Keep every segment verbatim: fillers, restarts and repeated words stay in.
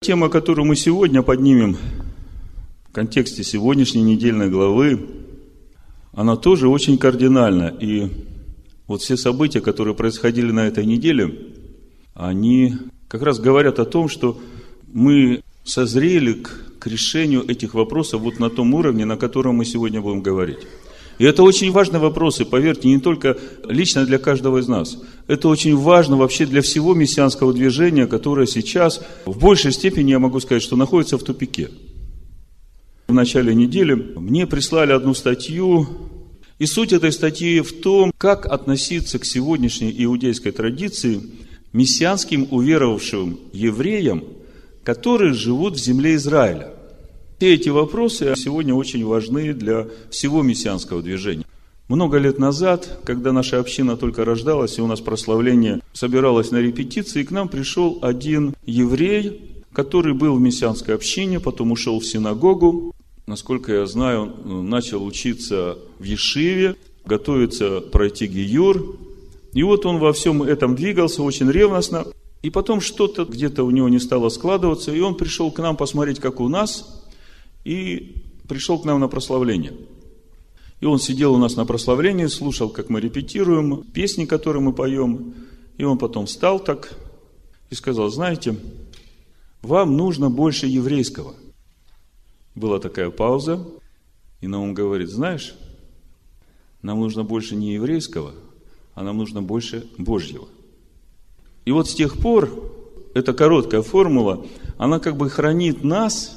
Тема, которую мы сегодня поднимем в контексте сегодняшней недельной главы, она тоже очень кардинальна. И вот все события, которые происходили на этой неделе, они как раз говорят о том, что мы созрели к, к решению этих вопросов вот на том уровне, на котором мы сегодня будем говорить. И это очень важные вопросы, поверьте, не только лично для каждого из нас. Это очень важно вообще для всего мессианского движения, которое сейчас в большей степени, я могу сказать, что находится в тупике. В начале недели мне прислали одну статью, и суть этой статьи в том, как относиться к сегодняшней иудейской традиции мессианским уверовавшим евреям, которые живут в земле Израиля. Все эти вопросы сегодня очень важны для всего мессианского движения. Много лет назад, когда наша община только рождалась, и у нас прославление собиралось на репетиции, к нам пришел один еврей, который был в мессианской общине, потом ушел в синагогу. Насколько я знаю, он начал учиться в Ешиве, готовится пройти гиюр. И вот он во всем этом двигался очень ревностно. И потом что-то где-то у него не стало складываться, и он пришел к нам посмотреть, как у нас, и пришел к нам на прославление. И он сидел у нас на прославлении, слушал, как мы репетируем, песни, которые мы поем. И он потом встал так и сказал: знаете, вам нужно больше еврейского. Была такая пауза, и Наум говорит: знаешь, нам нужно больше не еврейского, а нам нужно больше Божьего. И вот с тех пор эта короткая формула, она как бы хранит нас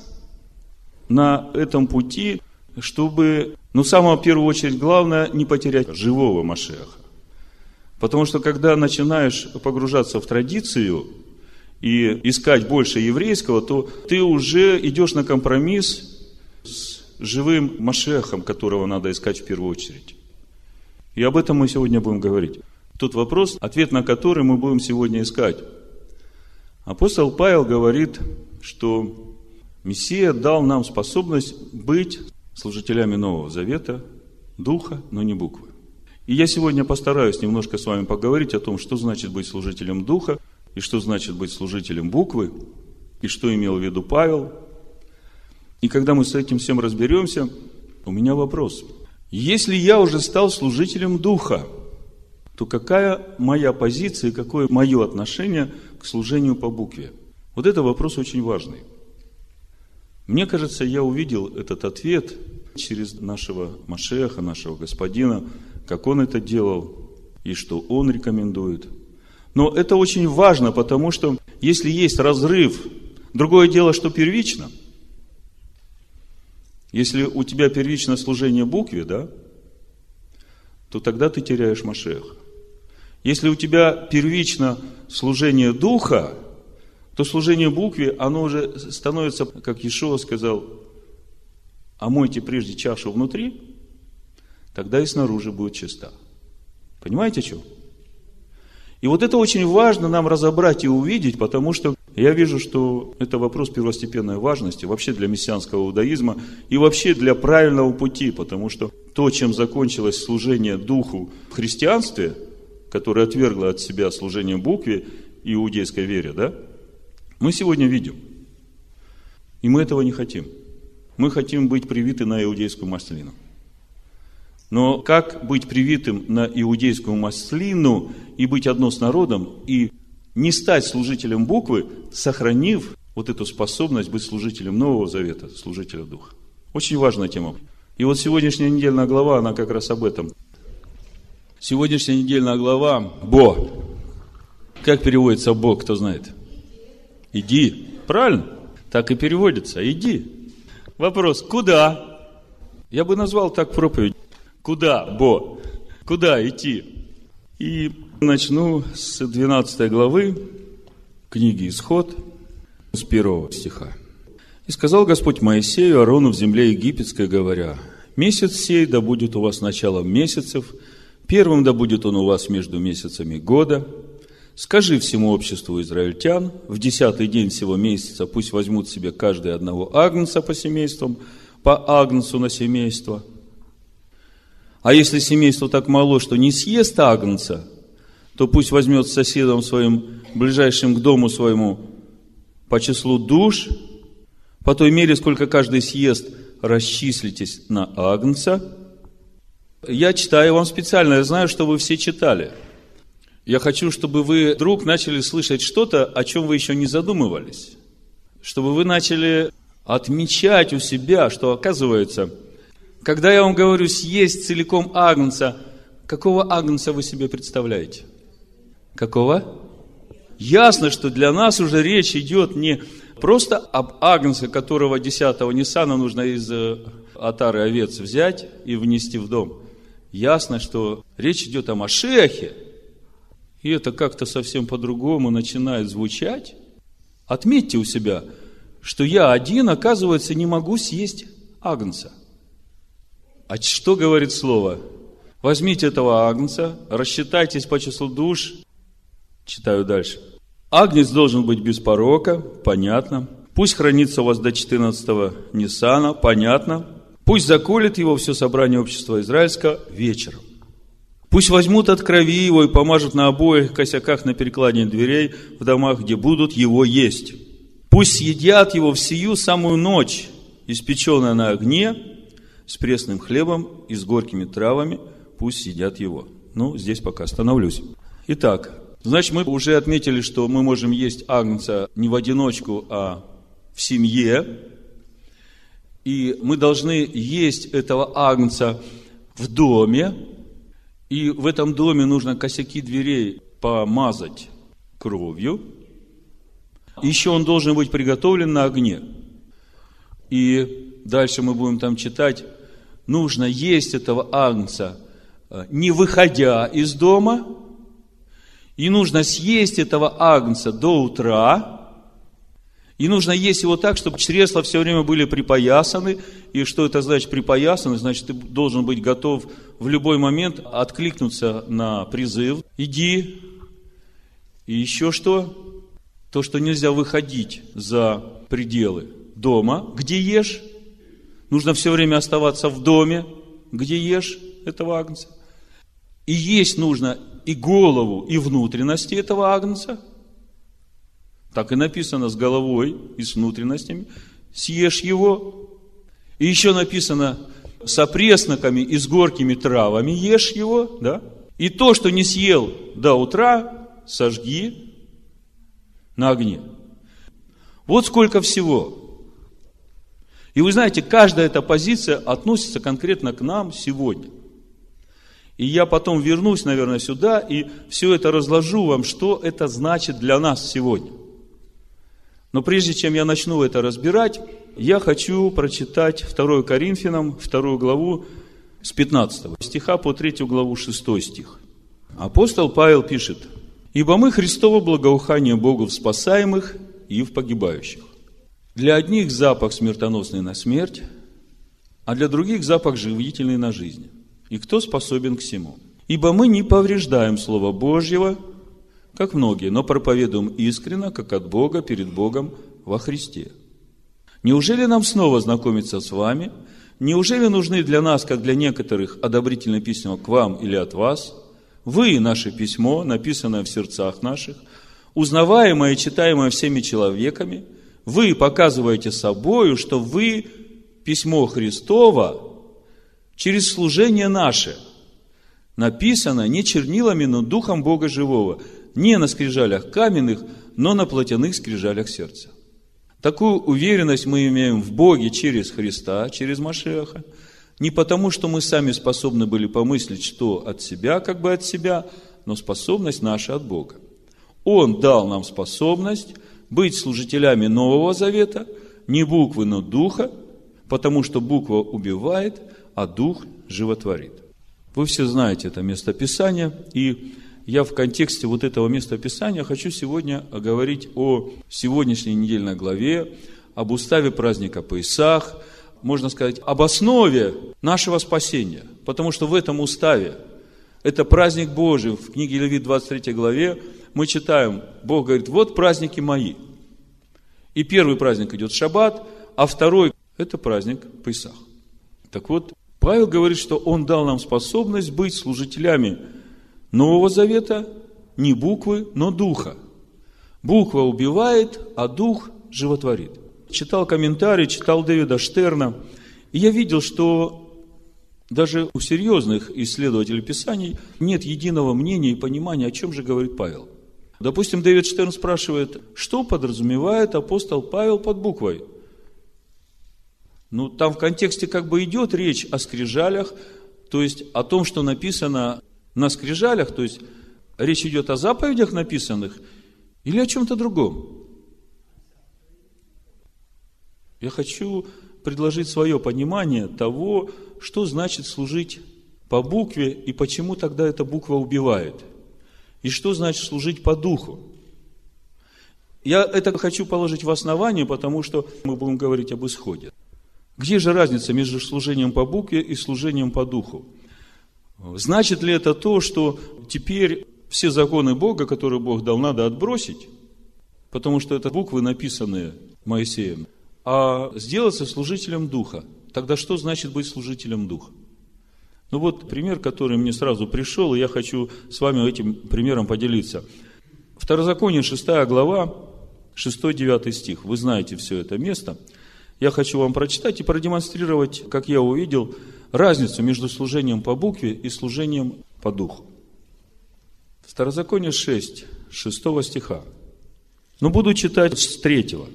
на этом пути, чтобы, ну, самое в первую очередь, главное, не потерять живого Машиаха. Потому что, когда начинаешь погружаться в традицию и искать больше еврейского, то ты уже идешь на компромисс с живым Машиахом, которого надо искать в первую очередь. И об этом мы сегодня будем говорить. Тот вопрос, ответ на который мы будем сегодня искать. Апостол Павел говорит, что Мессия дал нам способность быть служителями Нового Завета, Духа, но не буквы. И я сегодня постараюсь немножко с вами поговорить о том, что значит быть служителем Духа, и что значит быть служителем буквы, и что имел в виду Павел. И когда мы с этим всем разберемся, у меня вопрос. Если я уже стал служителем Духа, то какая моя позиция, какое мое отношение к служению по букве? Вот это вопрос очень важный. Мне кажется, я увидел этот ответ через нашего Машиаха, нашего Господина, как он это делал и что он рекомендует. Но это очень важно, потому что если есть разрыв, другое дело, что первично. Если у тебя первично служение букве, да, то тогда ты теряешь Машиаха. Если у тебя первично служение Духа, то служение букве, оно уже становится, как Иешуа сказал: омойте прежде чашу внутри, тогда и снаружи будет чиста. Понимаете, что? И вот это очень важно нам разобрать и увидеть, потому что я вижу, что это вопрос первостепенной важности вообще для мессианского иудаизма и вообще для правильного пути, потому что то, чем закончилось служение Духу в христианстве, которое отвергло от себя служение букве и иудейской вере, да, мы сегодня видим. И мы этого не хотим. Мы хотим быть привиты на иудейскую маслину. Но как быть привитым на иудейскую маслину и быть одно с народом, и не стать служителем буквы, сохранив вот эту способность быть служителем Нового Завета, служителем Духа? Очень важная тема. И вот сегодняшняя недельная глава, она как раз об этом. Сегодняшняя недельная глава «Бо». Как переводится «Бо», кто знает? Иди. Правильно? Так и переводится. Иди. Вопрос: куда? Я бы назвал так проповедь. Куда, Бо? Куда идти? И начну с двенадцатой главы книги Исход, с первого стиха. «И сказал Господь Моисею, Аарону в земле египетской, говоря: месяц сей да будет у вас началом месяцев, первым да будет он у вас между месяцами года. Скажи всему обществу израильтян, в десятый день сего месяца пусть возьмут себе каждый одного агнца по семействам, по агнцу на семейство. А если семейство так мало, что не съест агнца, то пусть возьмет с соседом своим, ближайшим к дому своему, по числу душ, по той мере, сколько каждый съест, расчислитесь на агнца. Я читаю вам специально, я знаю, что вы все читали. Я хочу, чтобы вы вдруг начали слышать что-то, о чем вы еще не задумывались. Чтобы вы начали отмечать у себя, что оказывается, когда я вам говорю съесть целиком агнца, какого агнца вы себе представляете? Какого? Ясно, что для нас уже речь идет не просто об агнце, которого десятого Ниссана нужно из отары овец взять и внести в дом. Ясно, что речь идет о Машиахе, и это как-то совсем по-другому начинает звучать. Отметьте у себя, что я один, оказывается, не могу съесть агнца. А что говорит слово? Возьмите этого агнца, рассчитайтесь по числу душ. Читаю дальше. Агнец должен быть без порока, понятно. Пусть хранится у вас до четырнадцатого Ниссана, понятно. Пусть заколет его все собрание общества израильского вечером. Пусть возьмут от крови его и помажут на обоих косяках на перекладине дверей в домах, где будут его есть. Пусть съедят его в сию самую ночь, испеченное на огне, с пресным хлебом и с горькими травами, пусть съедят его. Ну, здесь пока остановлюсь. Итак, значит, мы уже отметили, что мы можем есть агнца не в одиночку, а в семье. И мы должны есть этого агнца в доме. И в этом доме нужно косяки дверей помазать кровью. Еще он должен быть приготовлен на огне. И дальше мы будем там читать. Нужно есть этого агнца, не выходя из дома. И нужно съесть этого агнца до утра. И нужно есть его так, чтобы чресла все время были припоясаны. И что это значит припоясаны? Значит, ты должен быть готов в любой момент откликнуться на призыв. Иди. И еще что? То, что нельзя выходить за пределы дома, где ешь. Нужно все время оставаться в доме, где ешь этого агнца. И есть нужно и голову, и внутренности этого агнца. Так и написано, с головой и с внутренностями. Съешь его. И еще написано, с опресноками и с горькими травами ешь его. Да? И то, что не съел до утра, сожги на огне. Вот сколько всего. И вы знаете, каждая эта позиция относится конкретно к нам сегодня. И я потом вернусь, наверное, сюда и все это разложу вам, что это значит для нас сегодня. Но прежде чем я начну это разбирать, я хочу прочитать второе Коринфянам, вторую главу, с пятнадцатого стиха по третью главу, шестой стих. Апостол Павел пишет: «Ибо мы Христово благоухание Богу в спасаемых и в погибающих. Для одних запах смертоносный на смерть, а для других запах живительный на жизнь. И кто способен к сему? Ибо мы не повреждаем Слова Божьего, как многие, но проповедуем искренно, как от Бога, перед Богом во Христе. Неужели нам снова знакомиться с вами? Неужели нужны для нас, как для некоторых, одобрительные письма к вам или от вас? Вы, наше письмо, написанное в сердцах наших, узнаваемое и читаемое всеми человеками, вы показываете собою, что вы письмо Христово через служение наше, написано не чернилами, но духом Бога живого, не на скрижалях каменных, но на плотяных скрижалях сердца. Такую уверенность мы имеем в Боге через Христа, через Машиаха, не потому, что мы сами способны были помыслить, что от себя, как бы от себя, но способность наша от Бога. Он дал нам способность быть служителями Нового Завета, не буквы, но духа, потому что буква убивает, а дух животворит. Вы все знаете это местописание, и я в контексте вот этого местописания хочу сегодня говорить о сегодняшней недельной главе, об уставе праздника Песах, можно сказать, об основе нашего спасения. Потому что в этом уставе, это праздник Божий, в книге Левит двадцать третьей главе, мы читаем, Бог говорит, вот праздники мои. И первый праздник идет Шаббат, а второй – это праздник Песах. Так вот, Павел говорит, что он дал нам способность быть служителями Нового Завета, не буквы, но духа. Буква убивает, а дух животворит. Читал комментарии, читал Дэвида Штерна, и я видел, что даже у серьезных исследователей Писаний нет единого мнения и понимания, о чем же говорит Павел. Допустим, Дэвид Штерн спрашивает, что подразумевает апостол Павел под буквой? Ну, там в контексте как бы идет речь о скрижалях, то есть о том, что написано на скрижалях, то есть речь идет о заповедях написанных или о чем-то другом. Я хочу предложить свое понимание того, что значит служить по букве и почему тогда эта буква убивает. И что значит служить по духу. Я это хочу положить в основание, потому что мы будем говорить об исходе. Где же разница между служением по букве и служением по духу? Значит ли это то, что теперь все законы Бога, которые Бог дал, надо отбросить, потому что это буквы, написанные Моисеем, а сделаться служителем Духа? Тогда что значит быть служителем Духа? Ну вот пример, который мне сразу пришел, и я хочу с вами этим примером поделиться. Второзаконие, шестая глава, шестой-девятый стих. Вы знаете все это место. Я хочу вам прочитать и продемонстрировать, как я увидел, разницу между служением по букве и служением по духу. Второзаконие шесть, шестого стиха. Но буду читать с третьего.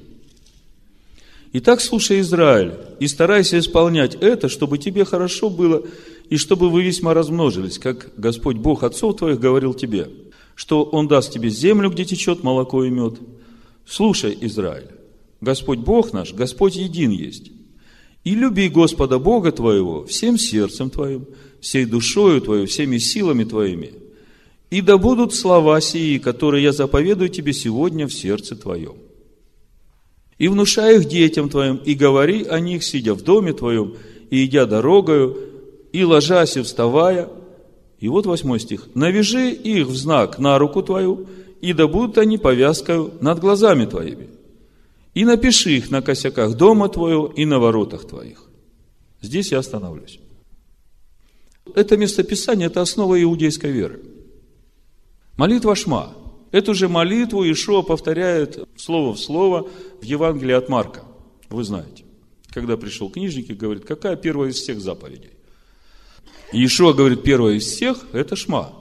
«Итак, слушай, Израиль, и старайся исполнять это, чтобы тебе хорошо было, и чтобы вы весьма размножились, как Господь Бог отцов твоих говорил тебе, что Он даст тебе землю, где течет молоко и мед. Слушай, Израиль, Господь Бог наш, Господь един есть. И люби Господа Бога твоего всем сердцем твоим, всей душою твоей, всеми силами твоими. И да будут слова сии, которые я заповедую тебе сегодня в сердце твоем. И внушай их детям твоим, и говори о них, сидя в доме твоем, и идя дорогою, и ложась и вставая». И вот восьмой стих. «Навяжи их в знак на руку твою, и да будут они повязкою над глазами твоими. И напиши их на косяках дома твоего и на воротах твоих». Здесь я остановлюсь. Это местописание – это основа иудейской веры. Молитва Шма. Эту же молитву Иешуа повторяет слово в слово в Евангелии от Марка. Вы знаете. Когда пришел книжник и говорит, какая первая из всех заповедей? Иешуа говорит, первая из всех – это Шма.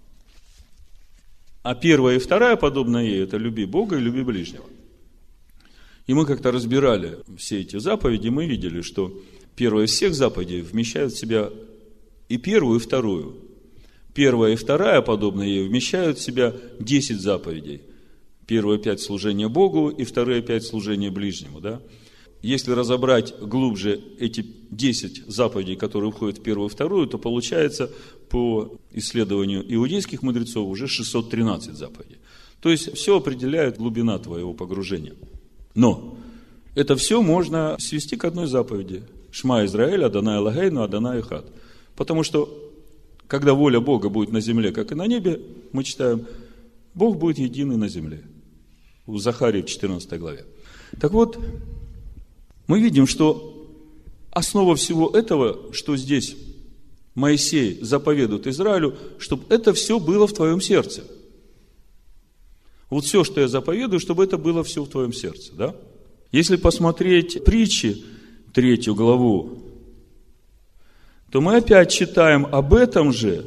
А первая и вторая, подобная ей, это люби Бога и люби ближнего. И мы как-то разбирали все эти заповеди, мы видели, что первая из всех заповедей вмещает в себя и первую, и вторую. Первая и вторая, подобные ей, вмещают в себя десять заповедей. Первые пять служения Богу и вторые пять служения ближнему. Да? Если разобрать глубже эти десять заповедей, которые входят в первую и вторую, то получается по исследованию иудейских мудрецов уже шестьсот тринадцать заповедей. То есть все определяет глубина твоего погружения. Но это все можно свести к одной заповеди. Шма Израиль, Адонай Элокейну, Адонай Эхад. Потому что когда воля Бога будет на земле, как и на небе, мы читаем, Бог будет единый на земле. У Захарии в четырнадцатой главе. Так вот, мы видим, что основа всего этого, что здесь Моисей заповедует Израилю, чтобы это все было в твоем сердце. Вот все, что я заповедую, чтобы это было все в твоем сердце. Да? Если посмотреть притчи, третью главу, то мы опять читаем об этом же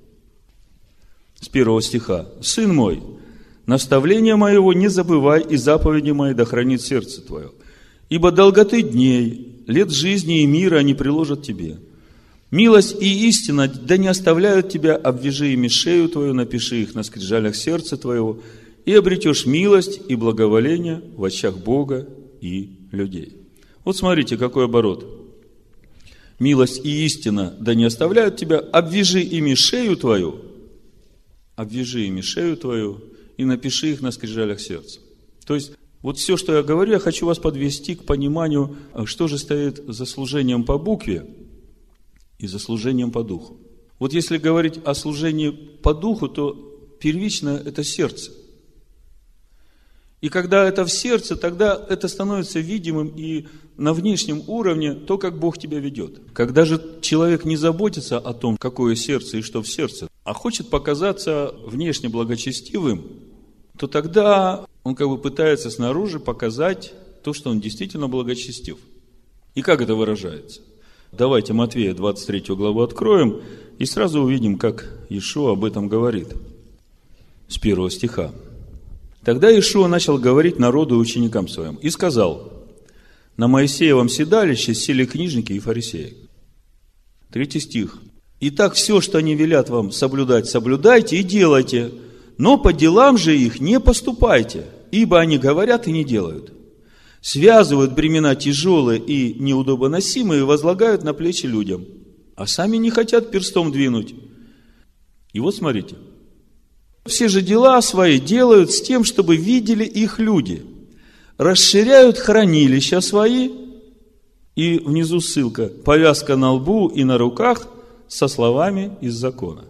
с первого стиха. «Сын мой, наставление моего не забывай, и заповеди мои да хранит сердце твое. Ибо долготы дней, лет жизни и мира они приложат тебе. Милость и истина да не оставляют тебя, обвяжи ими шею твою, напиши их на скрижалях сердца твоего, и обретешь милость и благоволение в очах Бога и людей». Вот смотрите, какой оборот. Милость и истина да не оставляют тебя, обвяжи ими шею твою, обвяжи ими шею твою и напиши их на скрижалях сердца. То есть, вот все, что я говорю, я хочу вас подвести к пониманию, что же стоит за служением по букве и за служением по духу. Вот если говорить о служении по духу, то первичное – это сердце. И когда это в сердце, тогда это становится видимым и на внешнем уровне то, как Бог тебя ведет. Когда же человек не заботится о том, какое сердце и что в сердце, а хочет показаться внешне благочестивым, то тогда он как бы пытается снаружи показать то, что он действительно благочестив. И как это выражается? Давайте Матфея двадцать третью главу откроем и сразу увидим, как Иешуа об этом говорит. С первого стиха. Тогда Иешуа начал говорить народу и ученикам своим и сказал: на Моисеевом седалище сели книжники и фарисеи. Третий стих. Итак, все, что они велят вам соблюдать, соблюдайте и делайте, но по делам же их не поступайте, ибо они говорят и не делают. Связывают бремена тяжелые и неудобоносимые и возлагают на плечи людям, а сами не хотят перстом двинуть. И вот смотрите. Все же дела свои делают с тем, чтобы видели их люди. Расширяют хранилища свои, и внизу ссылка, повязка на лбу и на руках со словами из закона.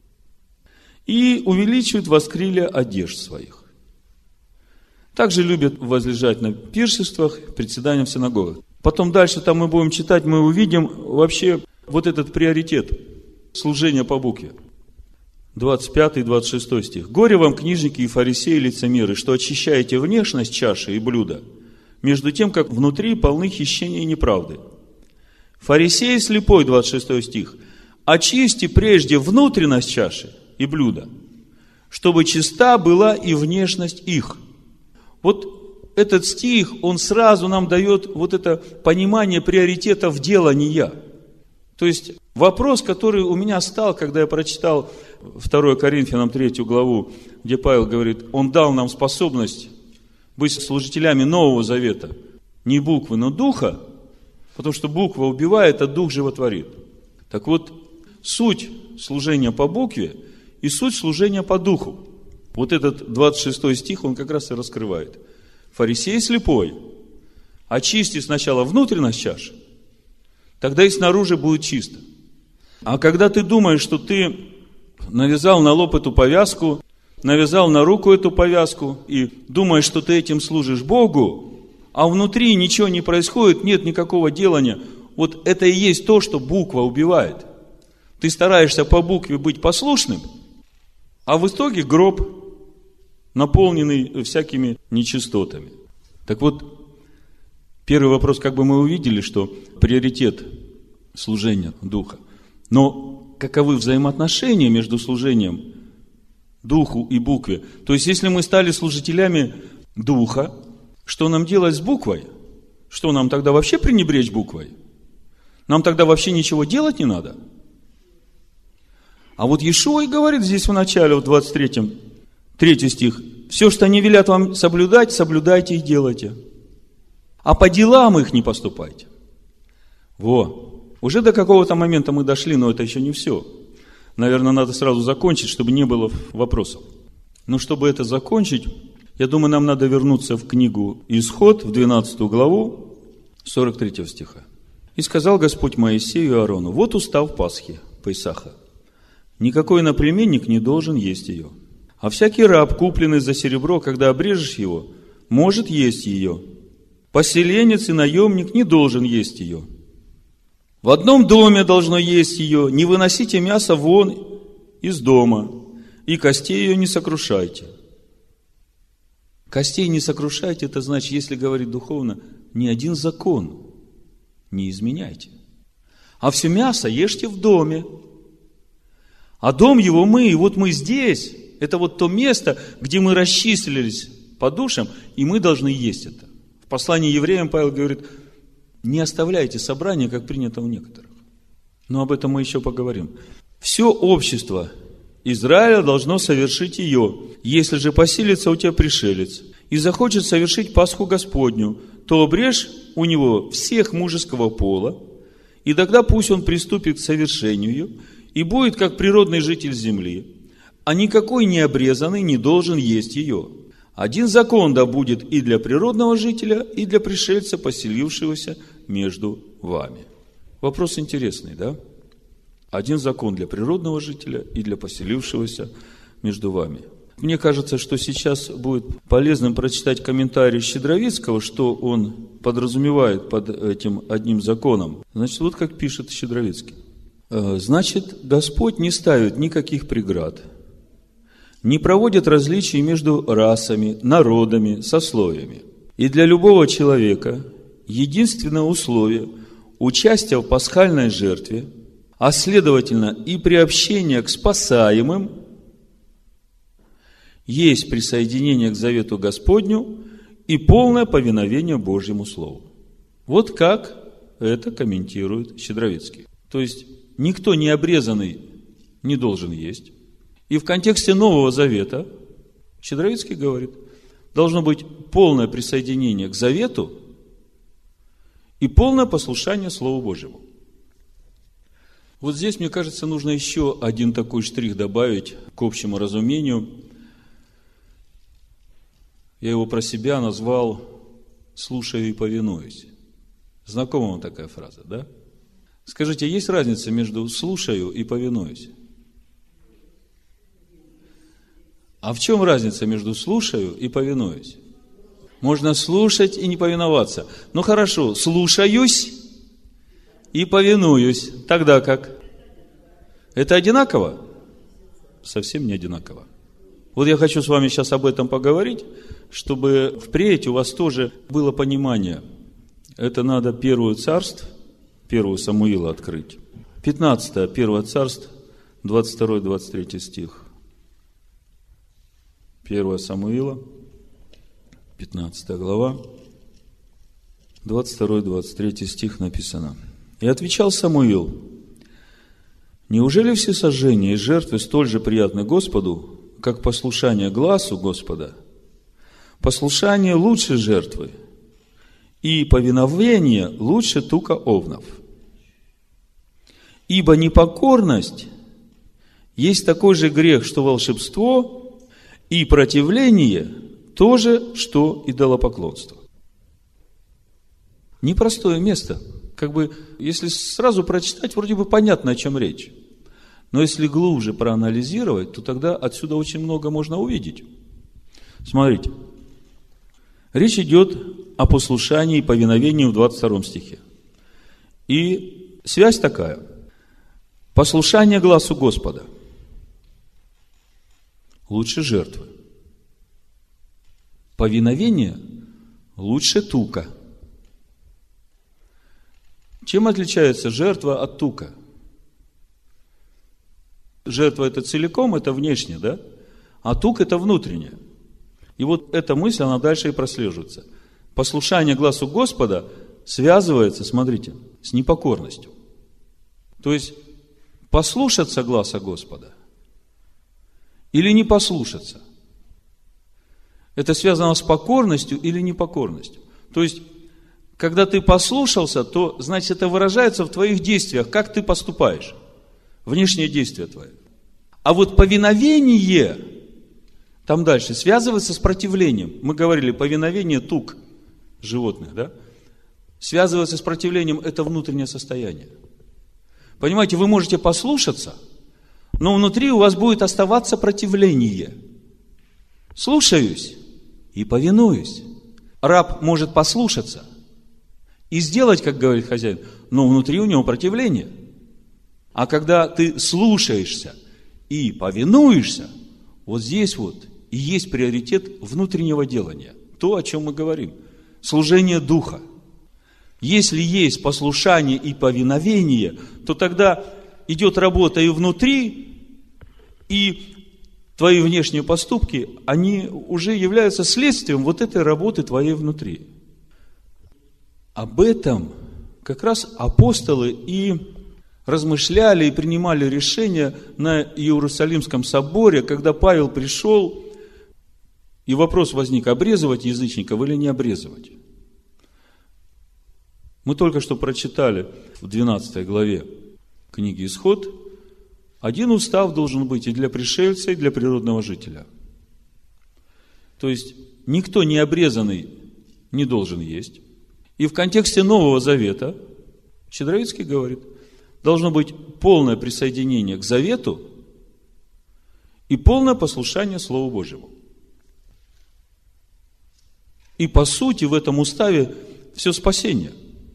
И увеличивают воскрилия одежд своих. Также любят возлежать на пиршествах, председанием в синагогах. Потом дальше там мы будем читать, мы увидим вообще вот этот приоритет служения по букве. двадцать пятый двадцать шестой стих. «Горе вам, книжники и фарисеи, лицемеры, что очищаете внешность чаши и блюда, между тем, как внутри полны хищения и неправды. Фарисей слепой», двадцать шестой стих, «очисти прежде внутренность чаши и блюда, чтобы чиста была и внешность их». Вот этот стих, он сразу нам дает вот это понимание приоритетов делания. То есть вопрос, который у меня стал, когда я прочитал второе Коринфянам третью главу, где Павел говорит, он дал нам способность быть служителями Нового Завета. Не буквы, но духа, потому что буква убивает, а дух животворит. Так вот, суть служения по букве и суть служения по духу. Вот этот двадцать шестой стих, он как раз и раскрывает. Фарисей слепой, очисти сначала внутренность чаши, тогда и снаружи будет чисто. А когда ты думаешь, что ты навязал на лоб эту повязку, навязал на руку эту повязку, и думаешь, что ты этим служишь Богу, а внутри ничего не происходит, нет никакого делания, вот это и есть то, что буква убивает. Ты стараешься по букве быть послушным, а в итоге гроб, наполненный всякими нечистотами. Так вот, первый вопрос, как бы мы увидели, что приоритет служения Духа. Но каковы взаимоотношения между служением Духу и букве? То есть, если мы стали служителями Духа, что нам делать с буквой? Что, нам тогда вообще пренебречь буквой? Нам тогда вообще ничего делать не надо? А вот Иешуа и говорит здесь в начале, в двадцать третьем, третий стих, «Все, что они велят вам соблюдать, соблюдайте и делайте. А по делам их не поступайте». Во, уже до какого-то момента мы дошли, но это еще не все. Наверное, надо сразу закончить, чтобы не было вопросов. Но чтобы это закончить, я думаю, нам надо вернуться в книгу Исход, в двенадцатую главу, сорок третьего стиха. «И сказал Господь Моисею и Аарону, вот устав Пасхи, Песаха. Никакой иноплеменник не должен есть ее. А всякий раб, купленный за серебро, когда обрежешь его, может есть ее. Поселенец и наемник не должен есть ее. В одном доме должно есть ее, не выносите мясо вон из дома, и костей ее не сокрушайте». Костей не сокрушайте, это значит, если говорить духовно, ни один закон не изменяйте. А все мясо ешьте в доме. А дом его мы, и вот мы здесь, это вот то место, где мы расчислились по душам, и мы должны есть это. В послании евреям Павел говорит, не оставляйте собрания, как принято у некоторых. Но об этом мы еще поговорим. Все общество Израиля должно совершить ее. Если же поселится у тебя пришелец и захочет совершить Пасху Господню, то обрежь у него всех мужеского пола, и тогда пусть он приступит к совершению ее, и будет как природный житель земли, а никакой необрезанный не должен есть ее. Один закон да будет и для природного жителя, и для пришельца, поселившегося между вами. Вопрос интересный, да? Один закон для природного жителя и для поселившегося между вами. Мне кажется, что сейчас будет полезным прочитать комментарий Щедровицкого, что он подразумевает под этим одним законом. Значит, вот как пишет Щедровицкий. Значит, Господь не ставит никаких преград, не проводит различий между расами, народами, сословиями. И для любого человека единственное условие участия в пасхальной жертве, а следовательно и приобщение к спасаемым, есть присоединение к завету Господню и полное повиновение Божьему Слову. Вот как это комментирует Щедровицкий. То есть, никто не обрезанный не должен есть. И в контексте Нового Завета Щедровицкий говорит, должно быть полное присоединение к завету и полное послушание Слову Божьему. Вот здесь, мне кажется, нужно еще один такой штрих добавить к общему разумению. Я его про себя назвал «слушаю и повинуюсь». Знакома вам такая фраза, да? Скажите, есть разница между «слушаю» и «повинуюсь»? А в чем разница между «слушаю» и «повинуюсь»? Можно слушать и не повиноваться. Ну хорошо, слушаюсь и повинуюсь. Тогда как? Это одинаково? Совсем не одинаково. Вот я хочу с вами сейчас об этом поговорить, чтобы впредь у вас тоже было понимание. Это надо Первую Царств, Первую Самуила открыть. пятнадцатое, Первое Царств, двадцать второй двадцать третий стих. Первое Самуила, пятнадцатая глава, двадцать второй двадцать третий стих написано. «И отвечал Самуил: неужели все сожжения и жертвы столь же приятны Господу, как послушание гласу Господа? Послушание лучше жертвы, и повиновение лучше тука овнов. Ибо непокорность есть такой же грех, что волшебство, и противление то же, что идолопоклонство». Непростое место. Как бы, если сразу прочитать, вроде бы понятно, о чем речь. Но если глубже проанализировать, то тогда отсюда очень много можно увидеть. Смотрите. Речь идет о послушании и повиновении в двадцать втором стихе. И связь такая. Послушание гласу Господа лучше жертвы. Повиновение лучше тука. Чем отличается жертва от тука? Жертва это целиком, это внешне, да? А тук это внутреннее. И вот эта мысль, она дальше и прослеживается. Послушание гласу Господа связывается, смотрите, с непокорностью. То есть, послушаться гласа Господа или не послушаться. Это связано с покорностью или непокорностью. То есть, когда ты послушался, то, значит, это выражается в твоих действиях, как ты поступаешь. Внешнее действие твое. А вот повиновение, там дальше, связывается с противлением. Мы говорили, повиновение тук животных, да? Связывается с противлением, это внутреннее состояние. Понимаете, вы можете послушаться, но внутри у вас будет оставаться противление. Слушаюсь и повинуюсь. Раб может послушаться и сделать, как говорит хозяин, но внутри у него противление. А когда ты слушаешься и повинуешься, вот здесь вот и есть приоритет внутреннего делания. То, о чем мы говорим. Служение Духа. Если есть послушание и повиновение, то тогда идет работа и внутри, и твои внешние поступки, они уже являются следствием вот этой работы твоей внутри. Об этом как раз апостолы и размышляли и принимали решения на Иерусалимском соборе, когда Павел пришел, и вопрос возник, обрезывать язычников или не обрезывать. Мы только что прочитали в двенадцатой главе книги «Исход», один устав должен быть и для пришельца, и для природного жителя. То есть, никто не обрезанный не должен есть. И в контексте Нового Завета, Щедровицкий говорит, должно быть полное присоединение к завету и полное послушание Слову Божьему. И по сути в этом уставе все спасение.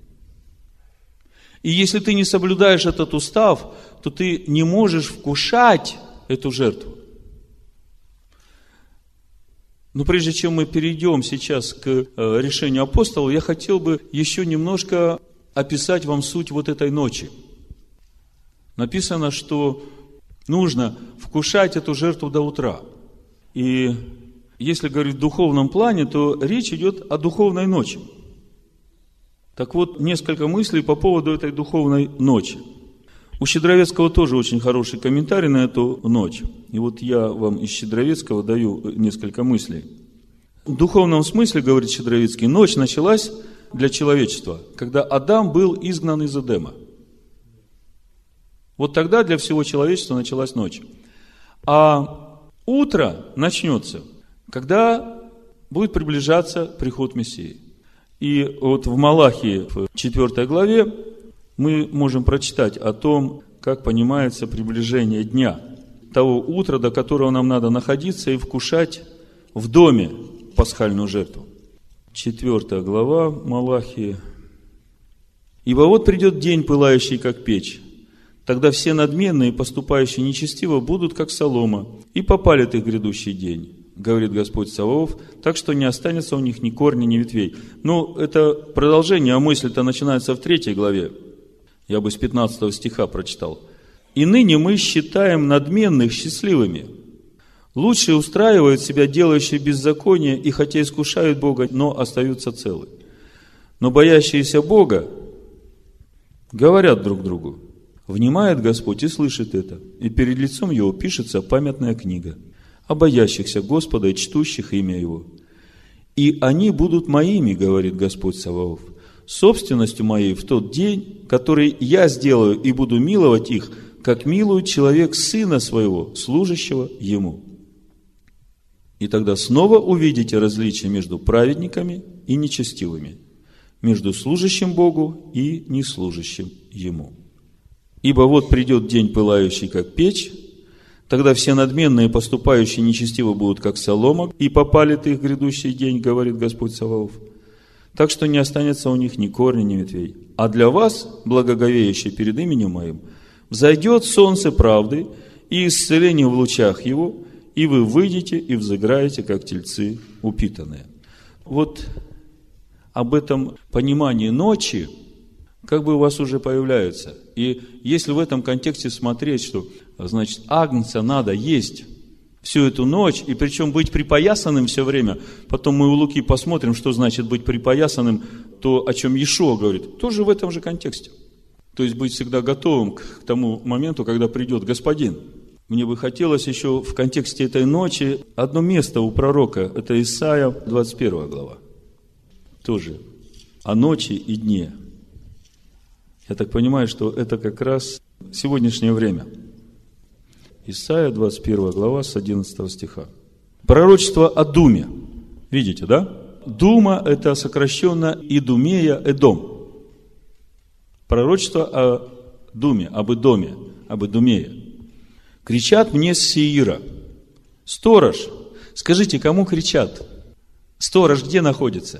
И если ты не соблюдаешь этот устав, то ты не можешь вкушать эту жертву. Но прежде чем мы перейдем сейчас к решению апостолов, я хотел бы еще немножко описать вам суть вот этой ночи. Написано, что нужно вкушать эту жертву до утра. И если говорить в духовном плане, то речь идет о духовной ночи. Так вот, несколько мыслей по поводу этой духовной ночи. У Щедровецкого тоже очень хороший комментарий на эту ночь. И вот я вам из Щедровецкого даю несколько мыслей. В духовном смысле, говорит Щедровецкий, ночь началась для человечества, когда Адам был изгнан из Эдема. Вот тогда для всего человечества началась ночь. А утро начнется, когда будет приближаться приход Мессии. И вот в Малахии, в четвёртой главе, мы можем прочитать о том, как понимается приближение дня, того утра, до которого нам надо находиться и вкушать в доме пасхальную жертву. Четвертая глава Малахии. «Ибо вот придет день, пылающий, как печь. Тогда все надменные, поступающие нечестиво, будут, как солома, и попалит их грядущий день, говорит Господь Саваоф, так что не останется у них ни корня, ни ветвей». Ну, это продолжение, а мысль-то начинается в третьей главе. Я бы с пятнадцатого стиха прочитал. «И ныне мы считаем надменных счастливыми. Лучше устраивают себя делающие беззаконие, и хотя искушают Бога, но остаются целы. Но боящиеся Бога говорят друг другу: внимает Господь и слышит это, и перед лицом Его пишется памятная книга о боящихся Господа и чтущих имя Его. И они будут моими, говорит Господь Саваоф, собственностью моей в тот день, который я сделаю, и буду миловать их, как милует человек сына своего, служащего ему. И тогда снова увидите различие между праведниками и нечестивыми, между служащим Богу и неслужащим Ему. Ибо вот придет день, пылающий, как печь, тогда все надменные, поступающие нечестиво, будут, как солома, и попалит их грядущий день, говорит Господь Саваоф. Так что не останется у них ни корня, ни ветвей. А для вас, благоговеющие перед именем Моим, взойдет солнце правды и исцеление в лучах его, и вы выйдете и взыграете, как тельцы упитанные». Вот об этом понимании ночи как бы у вас уже появляется. И если в этом контексте смотреть, что, значит, агнца надо есть всю эту ночь, и причем быть припоясанным все время, потом мы у Луки посмотрим, что значит быть припоясанным, то, о чем Иешуа говорит, тоже в этом же контексте. То есть быть всегда готовым к тому моменту, когда придет Господин. Мне бы хотелось еще в контексте этой ночи одно место у пророка, это Исайя, двадцать первая глава. Тоже о ночи и дне. Я так понимаю, что это как раз сегодняшнее время. Исайя, двадцать первая глава, с одиннадцатого стиха. Пророчество о Думе. Видите, да? Дума – это сокращенно Идумея, Эдом. Пророчество о Думе, об Эдоме, об Идумее. «Кричат мне с Сеира: сторож». Скажите, кому кричат? Сторож где находится?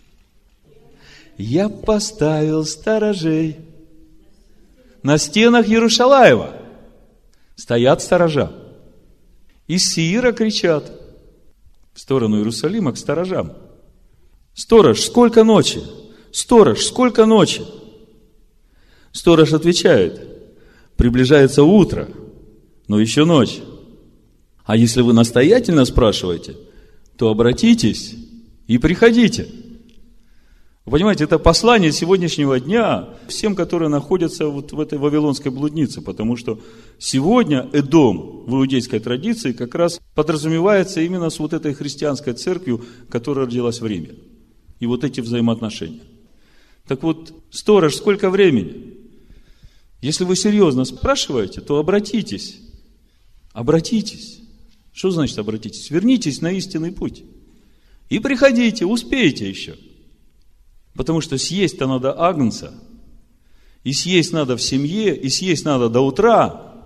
«Я поставил сторожей на стенах Иерушалаева». Стоят сторожа. Из Сеира кричат в сторону Иерусалима к сторожам: «Сторож, сколько ночи? Сторож, сколько ночи?» Сторож отвечает: «Приближается утро, но еще ночь». А если вы настоятельно спрашиваете, то обратитесь и приходите. Вы понимаете, это послание сегодняшнего дня всем, которые находятся вот в этой вавилонской блуднице, потому что сегодня Эдом в иудейской традиции как раз подразумевается именно с вот этой христианской церковью, которая родилась в Риме. И вот эти взаимоотношения. Так вот, сторож, сколько времени? Если вы серьезно спрашиваете, то обратитесь. Обратитесь. Что значит обратитесь? Вернитесь на истинный путь. И приходите, успеете еще. Потому что съесть-то надо агнца, и съесть надо в семье, и съесть надо до утра.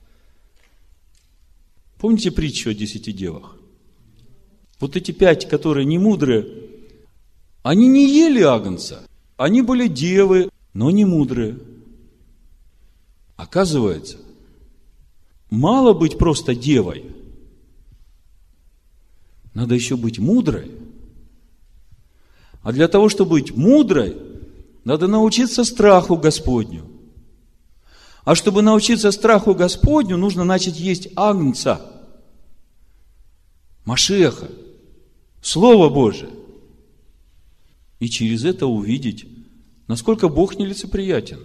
Помните притчу о десяти девах? Вот эти пять, которые не мудрые, они не ели агнца. Они были девы, но не мудрые. Оказывается, мало быть просто девой. надо еще быть мудрой. А для того, чтобы быть мудрой, надо научиться страху Господню. А чтобы научиться страху Господню, нужно начать есть Агнца, Машеха, Слово Божие. И через это увидеть, насколько Бог нелицеприятен.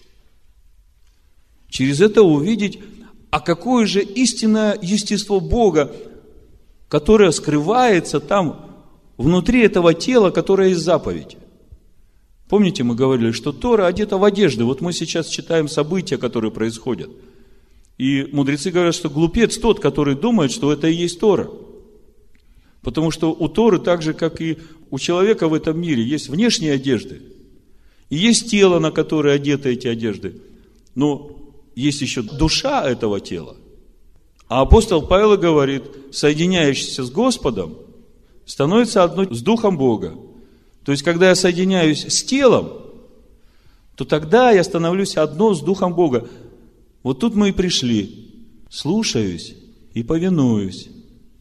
Через это увидеть, а какое же истинное естество Бога, которое скрывается там, внутри этого тела, которое есть заповедь. Помните, мы говорили, что Тора одета в одежды. Вот мы сейчас читаем события, которые происходят. И мудрецы говорят, что глупец тот, который думает, что это и есть Тора. Потому что у Торы, так же, как и у человека в этом мире, есть внешние одежды. И есть тело, на которое одеты эти одежды. Но есть еще душа этого тела. А апостол Павел говорит, соединяющийся с Господом, становится одно с Духом Бога. То есть, когда я соединяюсь с телом, то тогда я становлюсь одно с Духом Бога. Вот тут мы и пришли. Слушаюсь и повинуюсь.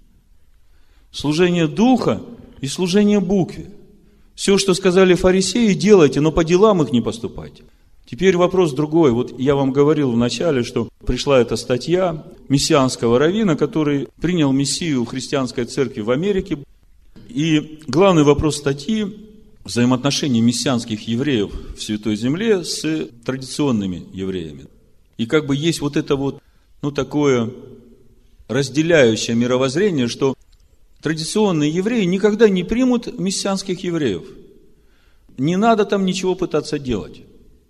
Служение Духа и служение букве. Все, что сказали фарисеи, делайте, но по делам их не поступайте. Теперь вопрос другой. Вот я вам говорил в начале, что пришла эта статья мессианского раввина, который принял мессию в христианской церкви в Америке. И главный вопрос статьи – взаимоотношения мессианских евреев в Святой Земле с традиционными евреями. И как бы есть вот это вот, ну, такое разделяющее мировоззрение, что традиционные евреи никогда не примут мессианских евреев. Не надо там ничего пытаться делать.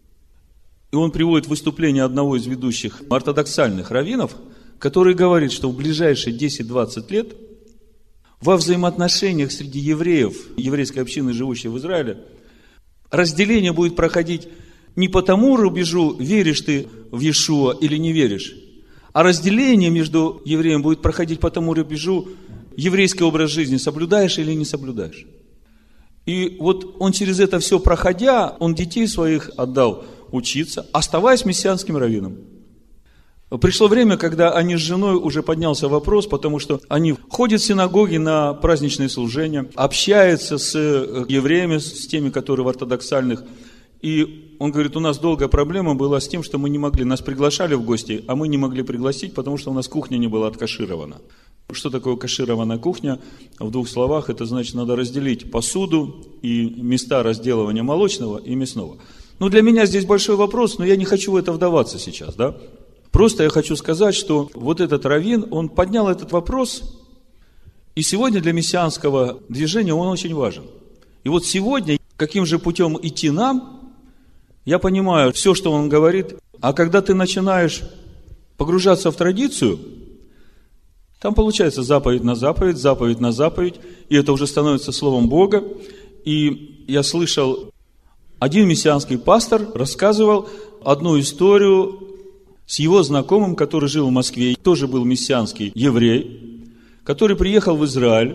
И он приводит выступление одного из ведущих ортодоксальных раввинов, который говорит, что в ближайшие десять-двадцать лет во взаимоотношениях среди евреев, еврейской общины, живущей в Израиле, разделение будет проходить не по тому рубежу, веришь ты в Иешуа или не веришь, а разделение между евреем будет проходить по тому рубежу, еврейский образ жизни соблюдаешь или не соблюдаешь. И вот он через это все проходя, он детей своих отдал учиться, оставаясь мессианским раввином. Пришло время, когда они с женой уже поднялся вопрос, потому что они ходят в синагоги на праздничные служения, общаются с евреями, с теми, которые в ортодоксальных. И он говорит, у нас долгая проблема была с тем, что мы не могли, нас приглашали в гости, а мы не могли пригласить, потому что у нас кухня не была откаширована. Что такое кашированная кухня? В двух словах, это значит, надо разделить посуду и места разделывания молочного и мясного. Ну, для меня здесь большой вопрос, но я не хочу в это вдаваться сейчас, да? Просто я хочу сказать, что вот этот раввин, он поднял этот вопрос, и сегодня для мессианского движения он очень важен. И вот сегодня, каким же путем идти нам, я понимаю все, что он говорит, а когда ты начинаешь погружаться в традицию, там получается заповедь на заповедь, заповедь на заповедь, и это уже становится словом Бога. И я слышал, один мессианский пастор рассказывал одну историю с его знакомым, который жил в Москве, тоже был мессианский еврей, который приехал в Израиль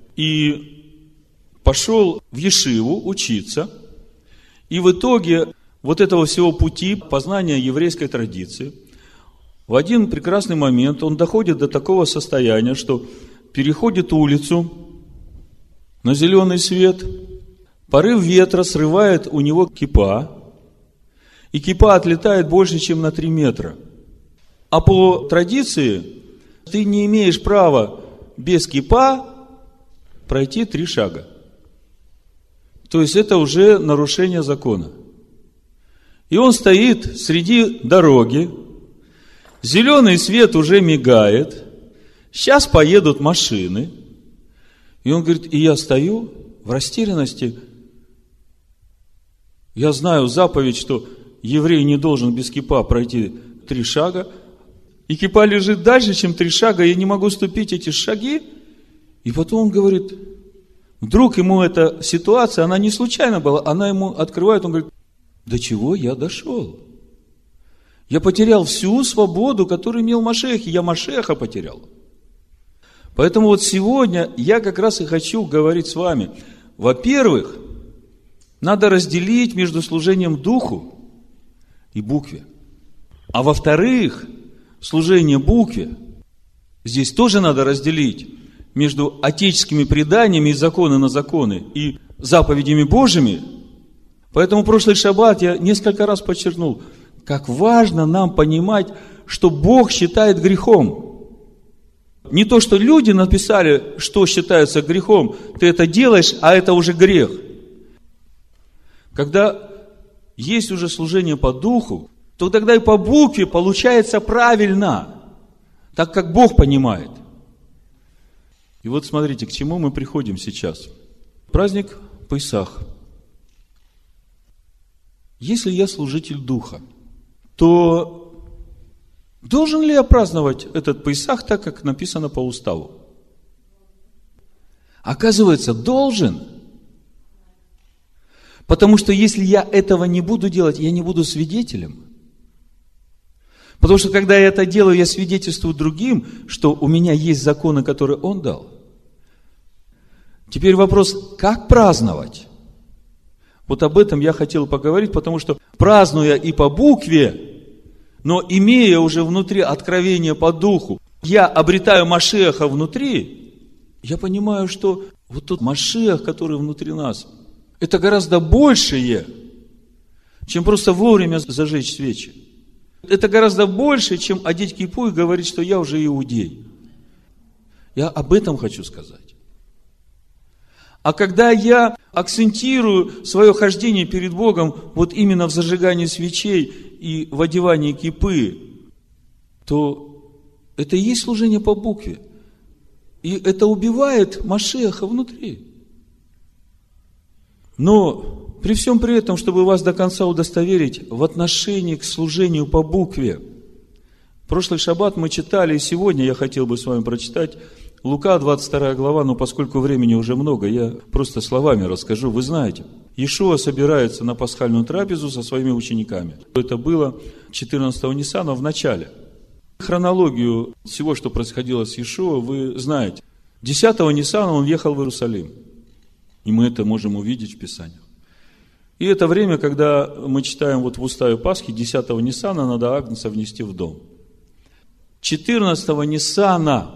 и пошел в Ешиву учиться. И в итоге вот этого всего пути познания еврейской традиции, в один прекрасный момент он доходит до такого состояния, что переходит улицу на зеленый свет, порыв ветра срывает у него кипа, и кипа отлетает больше, чем на три метра. А по традиции ты не имеешь права без кипа пройти три шага. То есть это уже нарушение закона. И он стоит среди дороги, зеленый свет уже мигает, сейчас поедут машины. И он говорит, и я стою в растерянности. Я знаю заповедь, что еврей не должен без кипа пройти три шага. И кипа лежит дальше, чем три шага, я не могу ступить эти шаги. И потом он говорит, вдруг ему эта ситуация, она не случайно была, она ему открывает, он говорит, до чего я дошел? Я потерял всю свободу, которую имел Машех, и я Машеха потерял. Поэтому вот сегодня я как раз и хочу говорить с вами. Во-первых, надо разделить между служением Духу и букве. А во-вторых, служение букве здесь тоже надо разделить между отеческими преданиями и законы на законы и заповедями Божьими. Поэтому в прошлый шаббат я несколько раз подчеркнул, как важно нам понимать, что Бог считает грехом. Не то, что люди написали, что считается грехом, ты это делаешь, а это уже грех. Когда есть уже служение по духу, то тогда и по букве получается правильно, так как Бог понимает. И вот смотрите, к чему мы приходим сейчас. Праздник Песах. Если я служитель Духа, то должен ли я праздновать этот Песах так, как написано по уставу? Оказывается, должен. Потому что если я этого не буду делать, я не буду свидетелем. Потому что когда я это делаю, я свидетельствую другим, что у меня есть законы, которые Он дал. Теперь вопрос, как праздновать? Вот об этом я хотел поговорить, потому что празднуя и по букве, но имея уже внутри откровение по духу, я обретаю Машиаха внутри, я понимаю, что вот тот Машиах, который внутри нас, это гораздо большее, чем просто вовремя зажечь свечи. Это гораздо больше, чем одеть кипу и говорить, что я уже иудей. Я об этом хочу сказать. А когда я акцентирую свое хождение перед Богом вот именно в зажигании свечей и в одевании кипы, то это и есть служение по букве. И это убивает Машиаха внутри. Но при всем при этом, чтобы вас до конца удостоверить в отношении к служению по букве, прошлый шаббат мы читали, и сегодня я хотел бы с вами прочитать Лука, двадцать вторая глава, но поскольку времени уже много, я просто словами расскажу. Вы знаете, Иешуа собирается на пасхальную трапезу со своими учениками. Это было четырнадцатого Ниссана в начале. Хронологию всего, что происходило с Иешуа, вы знаете. десятого Ниссана он въехал в Иерусалим. И мы это можем увидеть в Писаниях. И это время, когда мы читаем вот в уставе Пасхи, десятого Ниссана надо агнца внести в дом. четырнадцатого Ниссана,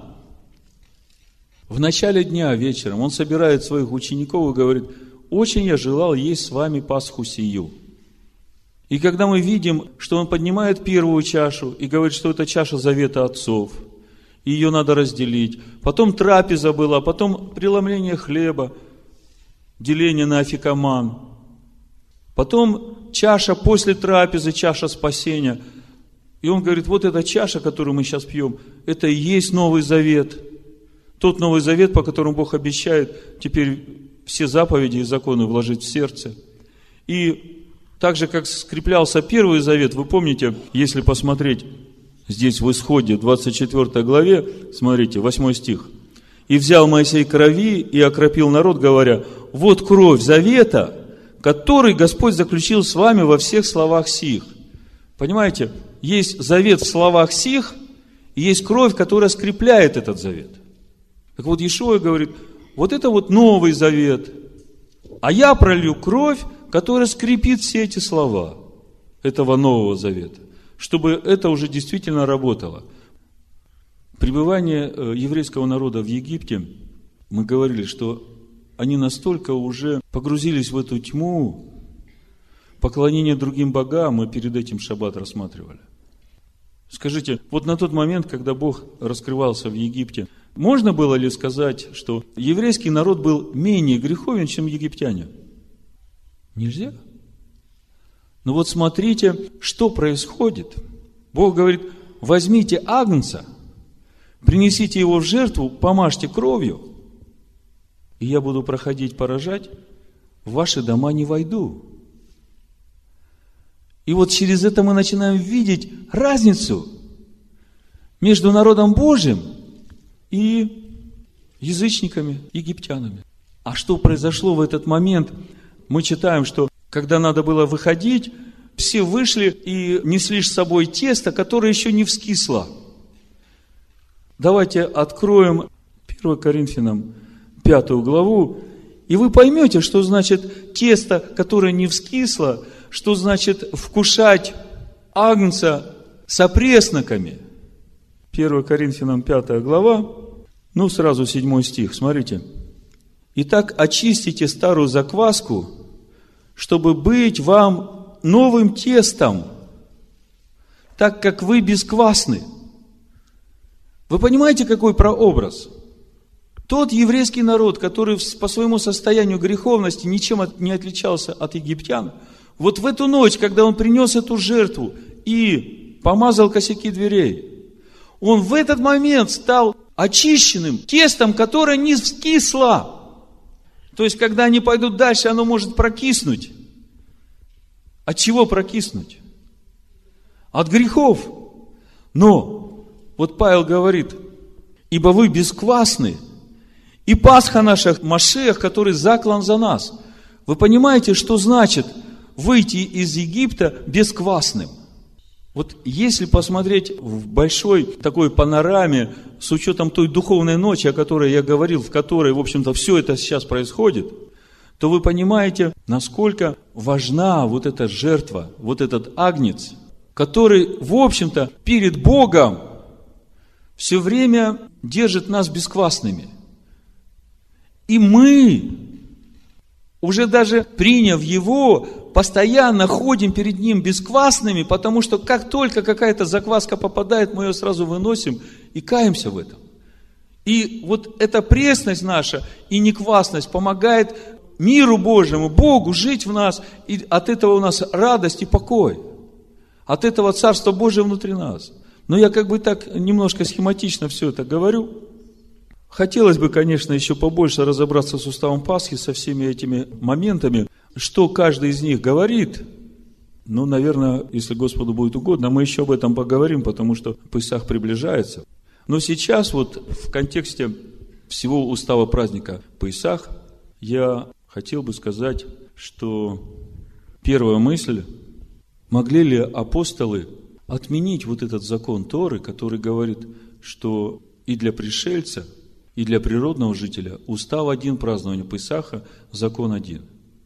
в начале дня вечером, он собирает своих учеников и говорит: очень я желал есть с вами Пасху сию. И когда мы видим, что он поднимает первую чашу и говорит, что это чаша завета отцов, и ее надо разделить, потом трапеза была, потом преломление хлеба, деление на афикаман, потом чаша после трапезы, чаша спасения. И он говорит, вот эта чаша, которую мы сейчас пьем, это и есть Новый Завет. Тот Новый Завет, по которому Бог обещает теперь все заповеди и законы вложить в сердце. И так же, как скреплялся Первый Завет, вы помните, если посмотреть здесь в Исходе, двадцать четвёртой главе, смотрите, восьмой стих. «И взял Моисей крови и окропил народ, говоря, вот кровь завета, который Господь заключил с вами во всех словах сих». Понимаете, есть завет в словах сих, и есть кровь, которая скрепляет этот завет. Так вот, Иешуа говорит, вот это вот Новый Завет, а я пролью кровь, которая скрепит все эти слова этого Нового Завета, чтобы это уже действительно работало. Пребывание еврейского народа в Египте, мы говорили, что они настолько уже погрузились в эту тьму, поклонение другим богам, мы перед этим шаббат рассматривали. Скажите, вот на тот момент, когда Бог раскрывался в Египте, можно было ли сказать, что еврейский народ был менее греховен, чем египтяне? Нельзя. Но вот смотрите, что происходит. Бог говорит, возьмите агнца, принесите его в жертву, помажьте кровью, и я буду проходить поражать, в ваши дома не войду. И вот через это мы начинаем видеть разницу между народом Божьим и язычниками, египтянами. А что произошло в этот момент? Мы читаем, что когда надо было выходить, все вышли и несли с собой тесто, которое еще не вскисло. Давайте откроем первое Коринфянам пятую главу, и вы поймете, что значит тесто, которое не вскисло, что значит вкушать агнца с опресноками. первое Коринфянам пятая глава, Ну, сразу седьмой стих, смотрите. «Итак, очистите старую закваску, чтобы быть вам новым тестом, так как вы бесквасны». Вы понимаете, какой прообраз? Тот еврейский народ, который по своему состоянию греховности ничем не отличался от египтян, вот в эту ночь, когда он принес эту жертву и помазал косяки дверей, он в этот момент стал очищенным тестом, которое не скисло. То есть, когда они пойдут дальше, оно может прокиснуть. От чего прокиснуть? От грехов. Но, вот Павел говорит, ибо вы бесквасны, и Пасха наша, Машиах, который заклан за нас. Вы понимаете, что значит выйти из Египта бесквасным? Вот если посмотреть в большой такой панораме, с учетом той духовной ночи, о которой я говорил, в которой, в общем-то, все это сейчас происходит, то вы понимаете, насколько важна вот эта жертва, вот этот агнец, который, в общем-то, перед Богом все время держит нас бесквасными. И мы, уже даже приняв Его, постоянно ходим перед Ним бесквасными, потому что как только какая-то закваска попадает, мы ее сразу выносим и каемся в этом. И вот эта пресность наша и неквасность помогает миру Божьему, Богу жить в нас, и от этого у нас радость и покой. От этого Царство Божие внутри нас. Но я как бы так немножко схематично все это говорю. Хотелось бы, конечно, еще побольше разобраться с уставом Пасхи, со всеми этими моментами, что каждый из них говорит. Ну, наверное, если Господу будет угодно, мы еще об этом поговорим, потому что Песах приближается. Но сейчас вот в контексте всего устава праздника Песах я хотел бы сказать, что первая мысль: могли ли апостолы отменить вот этот закон Торы, который говорит, что и для пришельца, и для природного жителя устав один празднования Песаха, закон один.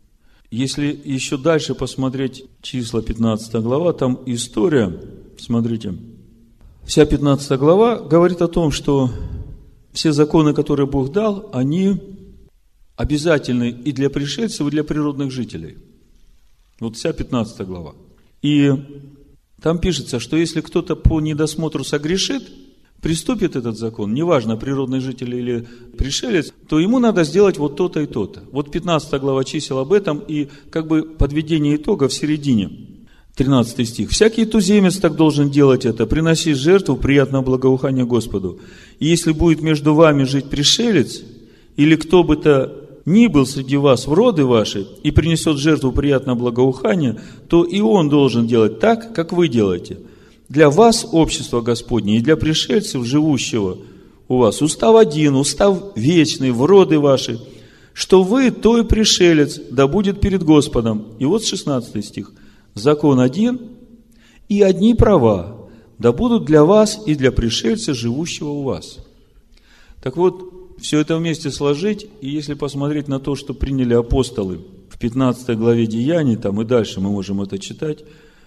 Если еще дальше посмотреть числа пятнадцатая глава, там история, смотрите, вся пятнадцатая глава говорит о том, что все законы, которые Бог дал, они обязательны и для пришельцев, и для природных жителей. Вот вся пятнадцатая глава. И там пишется, что если кто-то по недосмотру согрешит, приступит этот закон, неважно, природный житель или пришелец, то ему надо сделать вот то-то и то-то. Вот пятнадцатая глава чисел об этом, и как бы подведение итога в середине. тринадцатый стих. «Всякий туземец так должен делать это, приносить жертву приятного благоухания Господу. И если будет между вами жить пришелец, или кто бы то ни был среди вас в роды ваши, и принесет жертву приятного благоухания, то и он должен делать так, как вы делаете. Для вас общество Господне, и для пришельцев, живущего у вас, устав один, устав вечный в роды ваши, что вы, то и пришелец, да будет перед Господом». И вот шестнадцатый стих. «Закон один, и одни права, да будут для вас и для пришельца, живущего у вас». Так вот, все это вместе сложить, и если посмотреть на то, что приняли апостолы в пятнадцатой главе Деяний, там и дальше мы можем это читать,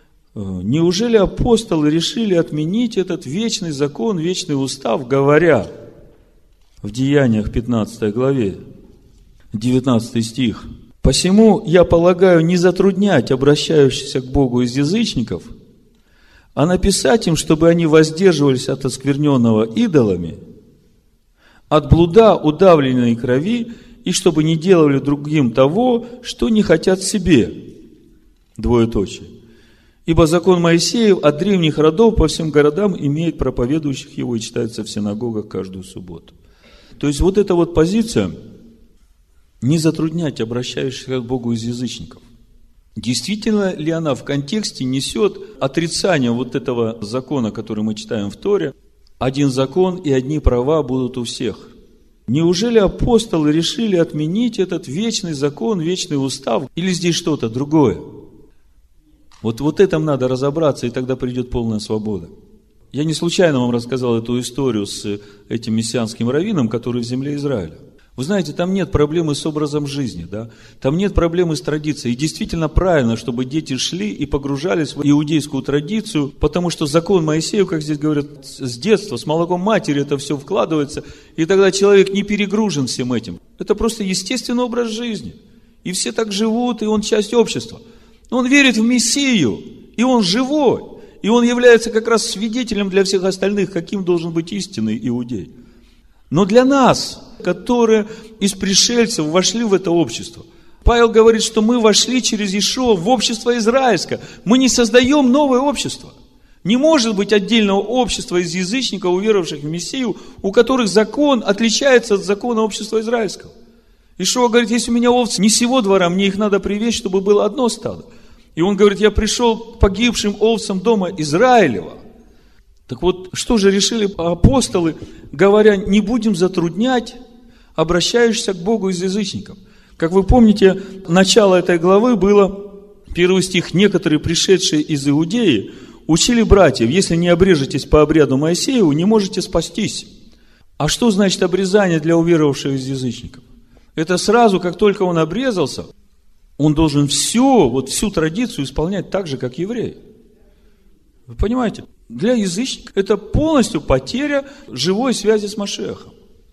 неужели апостолы решили отменить этот вечный закон, вечный устав, говоря в Деяниях пятнадцатой главе, девятнадцатый стих: «Посему я полагаю не затруднять обращающихся к Богу из язычников, а написать им, чтобы они воздерживались от оскверненного идолами, от блуда удавленной крови, и чтобы не делали другим того, что не хотят себе». Двоеточие. «Ибо закон Моисеев от древних родов по всем городам имеет проповедующих его и читается в синагогах каждую субботу». То есть, вот эта вот позиция не затруднять обращающихся к Богу из язычников. Действительно ли она в контексте несет отрицание вот этого закона, который мы читаем в Торе? Один закон и одни права будут у всех. Неужели апостолы решили отменить этот вечный закон, вечный устав? Или здесь что-то другое? Вот, вот этом надо разобраться, и тогда придет полная свобода. Я не случайно вам рассказал эту историю с этим мессианским раввином, который в земле Израиля. Вы знаете, там нет проблемы с образом жизни, да? Там нет проблемы с традицией. И действительно правильно, чтобы дети шли и погружались в иудейскую традицию, потому что закон Моисеев, как здесь говорят, с детства, с молоком матери это все вкладывается, и тогда человек не перегружен всем этим. Это просто естественный образ жизни. И все так живут, и он часть общества. Он верит в Мессию, и он живой, и он является как раз свидетелем для всех остальных, каким должен быть истинный иудей. Но для нас, которые из пришельцев вошли в это общество, Павел говорит, что мы вошли через Иешуа в общество израильское. Мы не создаем новое общество. Не может быть отдельного общества из язычников, уверовавших в Мессию, у которых закон отличается от закона общества израильского. Иешуа говорит, если у меня овцы не сего двора, мне их надо привести, чтобы было одно стадо. И он говорит, я пришел к погибшим овцам дома Израилева. Так вот, что же решили апостолы, говоря, не будем затруднять обращающихся к Богу из язычников. Как вы помните, начало этой главы было, первый стих, некоторые, пришедшие из Иудеи, учили братьев, если не обрежетесь по обряду Моисееву, не можете спастись. А что значит обрезание для уверовавших из язычников? Это сразу, как только он обрезался, он должен все, вот всю традицию исполнять так же, как евреи. Вы понимаете? Для язычника это полностью потеря живой связи с Машиахом.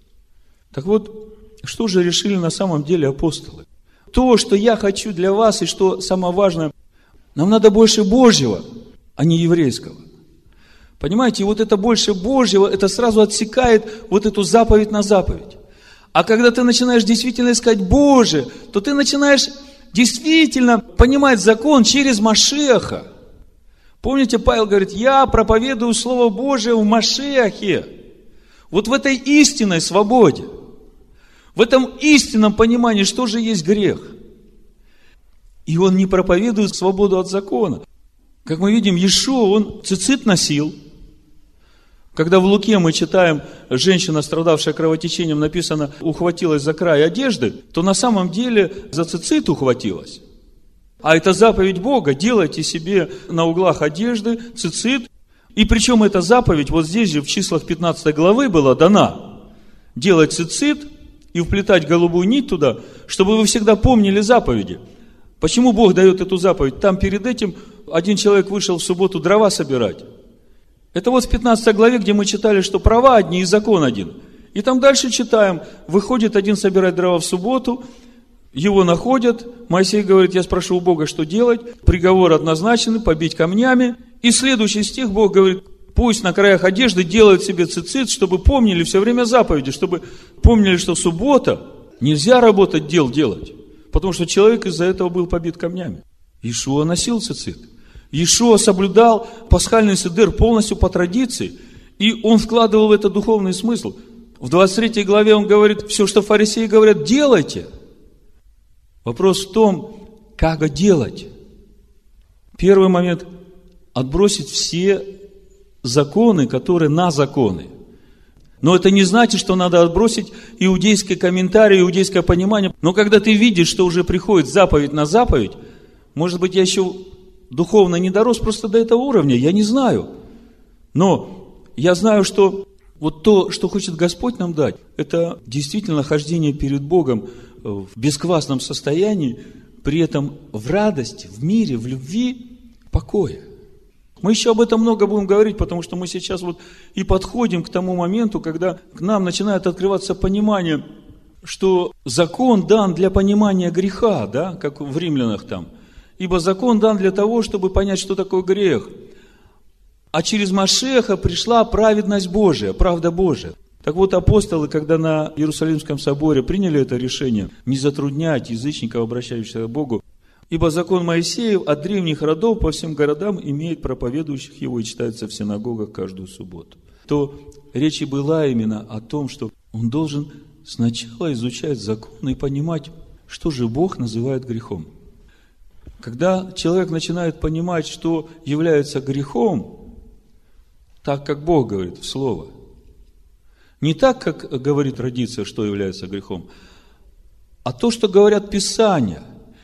Так вот, что же решили на самом деле апостолы? То, что я хочу для вас, и что самое важное, нам надо больше Божьего, а не еврейского. Понимаете, и вот это больше Божьего, это сразу отсекает вот эту заповедь на заповедь. А когда ты начинаешь действительно искать Божие, то ты начинаешь действительно понимать закон через Машиаха. Помните, Павел говорит, я проповедую Слово Божие в Машиахе. Вот в этой истинной свободе, в этом истинном понимании, что же есть грех. И он не проповедует свободу от закона. Как мы видим, Иешуа, он цицит носил. Когда в Луке мы читаем, женщина, страдавшая кровотечением, написано, ухватилась за край одежды, то на самом деле за цицит ухватилась. А это заповедь Бога, делайте себе на углах одежды цицит. И причем эта заповедь, вот здесь же в числах пятнадцатой главы была дана. Делать цицит и вплетать голубую нить туда, чтобы вы всегда помнили заповеди. Почему Бог дает эту заповедь? Там перед этим один человек вышел в субботу дрова собирать. Это вот в пятнадцатой главе, где мы читали, что права одни и закон один. И там дальше читаем, выходит один собирать дрова в субботу, его находят, Моисей говорит, я спрошу у Бога, что делать, приговор однозначен, побить камнями. И следующий стих, Бог говорит, пусть на краях одежды делают себе цицит, чтобы помнили все время заповеди, чтобы помнили, что суббота, нельзя работать, дел делать, потому что человек из-за этого был побит камнями. Иешуа носил цицит. Иешуа соблюдал пасхальный седер полностью по традиции, и он вкладывал в это духовный смысл. В двадцать третьей главе он говорит, все, что фарисеи говорят, делайте. Вопрос в том, как делать. Первый момент – отбросить все законы, которые на законы. Но это не значит, что надо отбросить иудейские комментарии, иудейское понимание. Но когда ты видишь, что уже приходит заповедь на заповедь, может быть, я еще духовно не дорос просто до этого уровня, я не знаю. Но я знаю, что вот то, что хочет Господь нам дать, это действительно хождение перед Богом в бесквасном состоянии, при этом в радости, в мире, в любви, покое. Мы еще об этом много будем говорить, потому что мы сейчас вот и подходим к тому моменту, когда к нам начинает открываться понимание, что закон дан для понимания греха, да, как в Римлянах там. Ибо закон дан для того, чтобы понять, что такое грех. А через Машиаха пришла праведность Божия, правда Божия. Так вот, апостолы, когда на Иерусалимском соборе приняли это решение, не затруднять язычников, обращающихся к Богу, ибо закон Моисеев от древних родов по всем городам имеет проповедующих его и читается в синагогах каждую субботу, то речь и была именно о том, что он должен сначала изучать закон и понимать, что же Бог называет грехом. Когда человек начинает понимать, что является грехом, так как Бог говорит в Слово, не так, как говорит традиция, что является грехом, а то, что говорят Писания.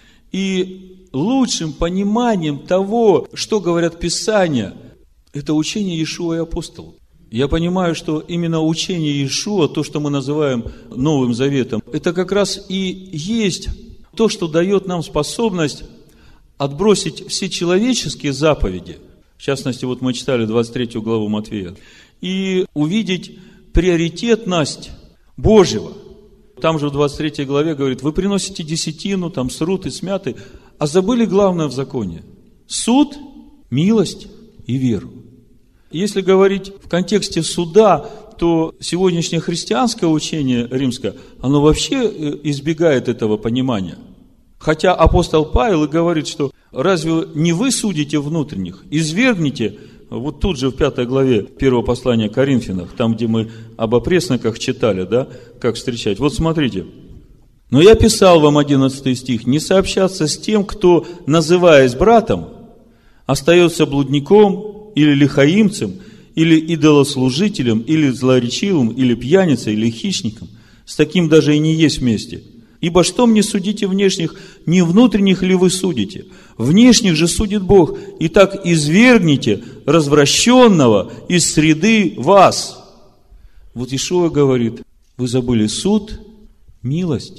И лучшим пониманием того, что говорят Писания, это учение Иешуа и апостолов. Я понимаю, что именно учение Иешуа, то, что мы называем Новым Заветом, это как раз и есть то, что дает нам способность отбросить все человеческие заповеди. В частности, вот мы читали двадцать третью главу Матфея. И увидеть приоритетность Божьего. Там же в двадцать третьей главе говорит, вы приносите десятину, там срут и смяты, а забыли главное в законе. Суд, милость и веру. Если говорить в контексте суда, то сегодняшнее христианское учение римское, оно вообще избегает этого понимания. Хотя апостол Павел и говорит, что разве не вы судите внутренних, извергните, вот тут же в пятой главе первого послания Коринфянам, там, где мы об опресноках читали, да, как встречать. Вот смотрите. Но я писал вам, одиннадцатый стих, не сообщаться с тем, кто, называясь братом, остается блудником, или лихаимцем, или идолослужителем, или злоречивым, или пьяницей, или хищником. С таким даже и не есть вместе. Ибо что мне судите внешних, не внутренних ли вы судите? Внешних же судит Бог. Итак, извергните развращенного из среды вас. Вот Иешуа говорит, вы забыли суд, милость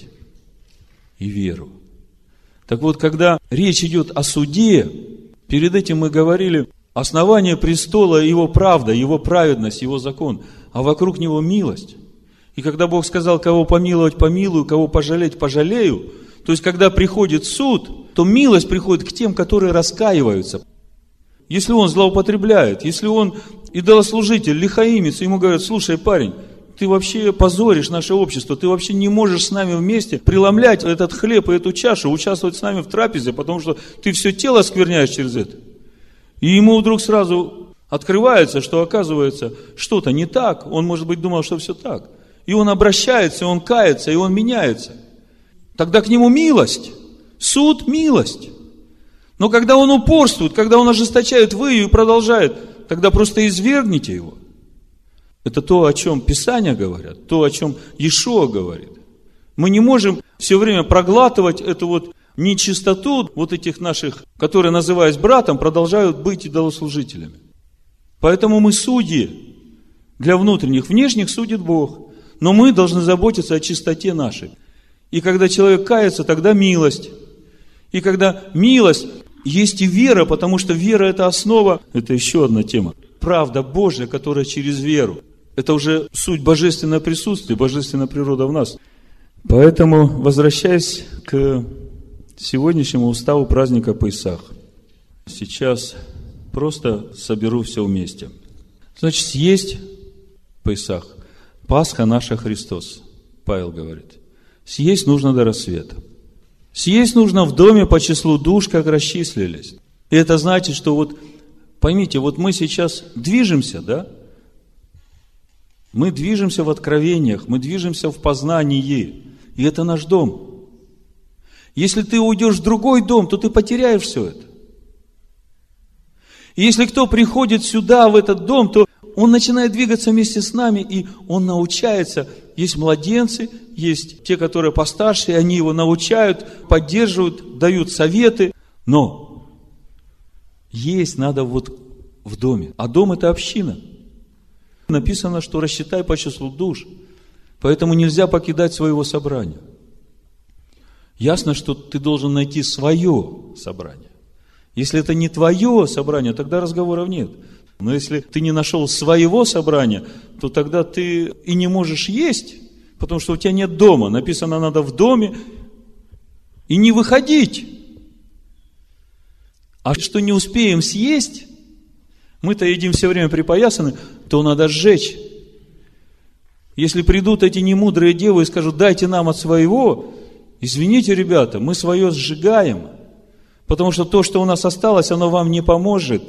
и веру. Так вот, когда речь идет о суде, перед этим мы говорили, основание престола – его правда, его праведность, его закон, а вокруг него милость. И когда Бог сказал, кого помиловать, помилую, кого пожалеть, пожалею, то есть, когда приходит суд, то милость приходит к тем, которые раскаиваются. Если он злоупотребляет, если он идолослужитель, лихаимец, ему говорят, слушай, парень, ты вообще позоришь наше общество, ты вообще не можешь с нами вместе преломлять этот хлеб и эту чашу, участвовать с нами в трапезе, потому что ты все тело оскверняешь через это. И ему вдруг сразу открывается, что оказывается что-то не так. Он, может быть, думал, что все так. И он обращается, и он кается, и он меняется. Тогда к нему милость. Суд – милость. Но когда он упорствует, когда он ожесточает выю и продолжает, тогда просто извергните его. Это то, о чем Писания говорят, то, о чем Иешуа говорит. Мы не можем все время проглатывать эту вот нечистоту вот этих наших, которые, называясь братом, продолжают быть идолослужителями. Поэтому мы судьи для внутренних. Внешних судит Бог. Но мы должны заботиться о чистоте нашей. И когда человек кается, тогда милость. И когда милость, есть и вера, потому что вера – это основа. Это еще одна тема. Правда Божья, которая через веру. Это уже суть божественного присутствия, божественная природа в нас. Поэтому, возвращаясь к сегодняшнему уставу праздника Песах, сейчас просто соберу все вместе. Значит, съесть Песах, Пасха наша Христос, Павел говорит. Съесть нужно до рассвета. Съесть нужно в доме по числу душ, как расчислились. И это значит, что вот, поймите, вот мы сейчас движемся, да? Мы движемся в откровениях, мы движемся в познании. И это наш дом. Если ты уйдешь в другой дом, то ты потеряешь все это. И если кто приходит сюда, в этот дом, то он начинает двигаться вместе с нами, и он научается. Есть младенцы, есть те, которые постарше, и они его научают, поддерживают, дают советы. Но есть надо вот в доме. А дом – это община. Написано, что рассчитай по числу душ. Поэтому нельзя покидать своего собрания. Ясно, что ты должен найти свое собрание. Если это не твое собрание, тогда разговоров нет. Но если ты не нашел своего собрания, то тогда ты и не можешь есть, потому что у тебя нет дома. Написано, надо в доме и не выходить. А что не успеем съесть, мы-то едим все время припоясаны, то надо сжечь. Если придут эти немудрые девы и скажут, дайте нам от своего, извините, ребята, мы свое сжигаем, потому что то, что у нас осталось, оно вам не поможет.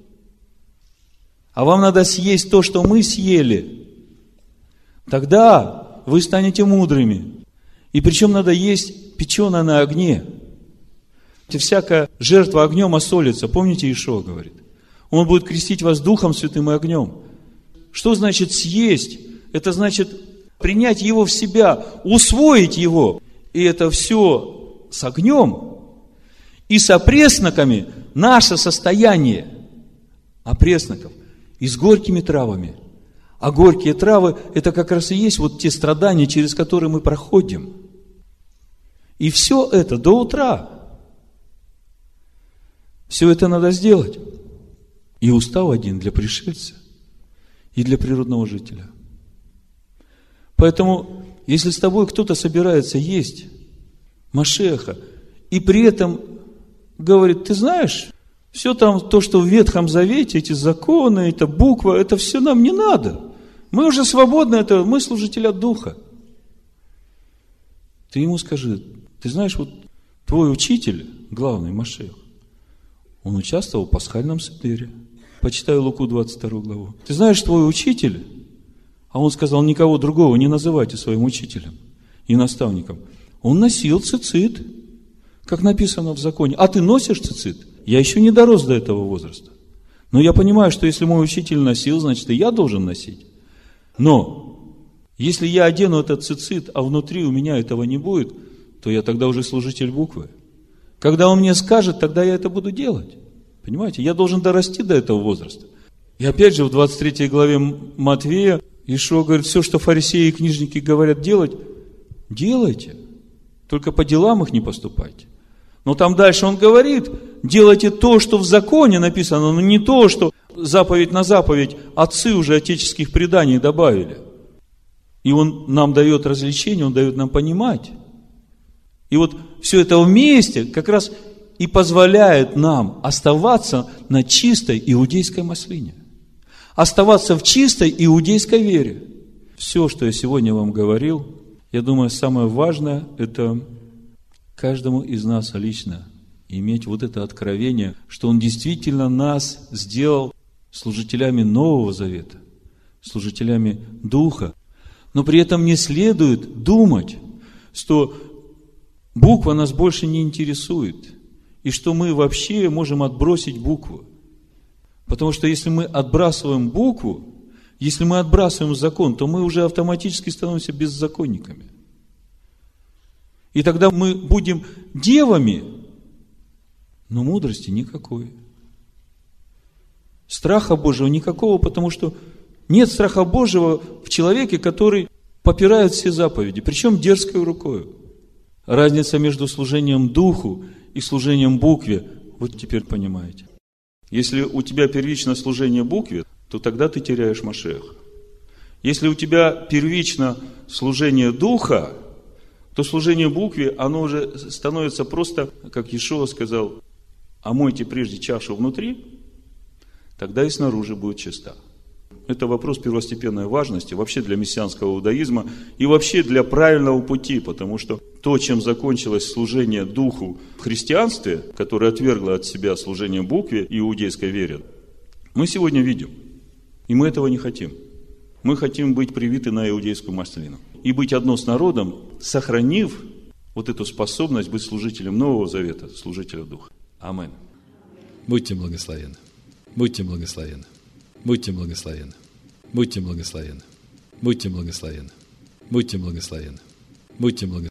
А вам надо съесть то, что мы съели. Тогда вы станете мудрыми. И причем надо есть печеное на огне. Всякая жертва огнем осолится. Помните, Иешуа говорит? Он будет крестить вас Духом Святым и огнем. Что значит съесть? Это значит принять его в себя, усвоить его. И это все с огнем и с опресноками наше состояние опресноков и с горькими травами. А горькие травы – это как раз и есть вот те страдания, через которые мы проходим. И все это до утра. Все это надо сделать. И устав один для пришельца, и для природного жителя. Поэтому, если с тобой кто-то собирается есть Машеха, и при этом говорит, ты знаешь, все там, то, что в Ветхом Завете, эти законы, эта буква, это все нам не надо. Мы уже свободны, это мы служители Духа. Ты ему скажи, ты знаешь, вот твой учитель, главный Машех, он участвовал в пасхальном седере. Почитай Луку двадцать вторую главу. Ты знаешь, твой учитель, а он сказал, никого другого не называйте своим учителем и наставником. Он носил цицит, как написано в законе. А ты носишь цицит? Я еще не дорос до этого возраста. Но я понимаю, что если мой учитель носил, значит, и я должен носить. Но, если я одену этот цицит, а внутри у меня этого не будет, то я тогда уже служитель буквы. Когда он мне скажет, тогда я это буду делать. Понимаете? Я должен дорасти до этого возраста. И опять же, в двадцать третьей главе Матвея, Иешуа говорит, все, что фарисеи и книжники говорят делать, делайте. Только по делам их не поступайте. Но там дальше он говорит, делайте то, что в законе написано, но не то, что заповедь на заповедь отцы уже отеческих преданий добавили. И он нам дает развлечение, он дает нам понимать. И вот все это вместе как раз и позволяет нам оставаться на чистой иудейской маслине. Оставаться в чистой иудейской вере. Все, что я сегодня вам говорил, я думаю, самое важное, это каждому из нас лично иметь вот это откровение, что Он действительно нас сделал служителями Нового Завета, служителями Духа. Но при этом не следует думать, что буква нас больше не интересует, и что мы вообще можем отбросить букву. Потому что если мы отбрасываем букву, если мы отбрасываем закон, то мы уже автоматически становимся беззаконниками. И тогда мы будем девами, но мудрости никакой. Страха Божьего никакого, потому что нет страха Божьего в человеке, который попирает все заповеди, причем дерзкой рукой. Разница между служением Духу и служением букве, вот теперь понимаете. Если у тебя первично служение букве, то тогда ты теряешь Машеха. Если у тебя первично служение Духа, то служение букве, оно уже становится просто, как Иешуа сказал, омойте прежде чашу внутри, тогда и снаружи будет чиста. Это вопрос первостепенной важности вообще для мессианского иудаизма и вообще для правильного пути, потому что то, чем закончилось служение Духу в христианстве, которое отвергло от себя служение букве и иудейской вере, мы сегодня видим. И мы этого не хотим. Мы хотим быть привиты на иудейскую маслину. И быть одно с народом, сохранив вот эту способность быть служителем Нового Завета, служителем Духа. Аминь. Будьте благословенны. Будьте благословенны. Будьте благословенны. Будьте благословенны. Будьте благословенны. Будьте благословенны. Будьте благословенны.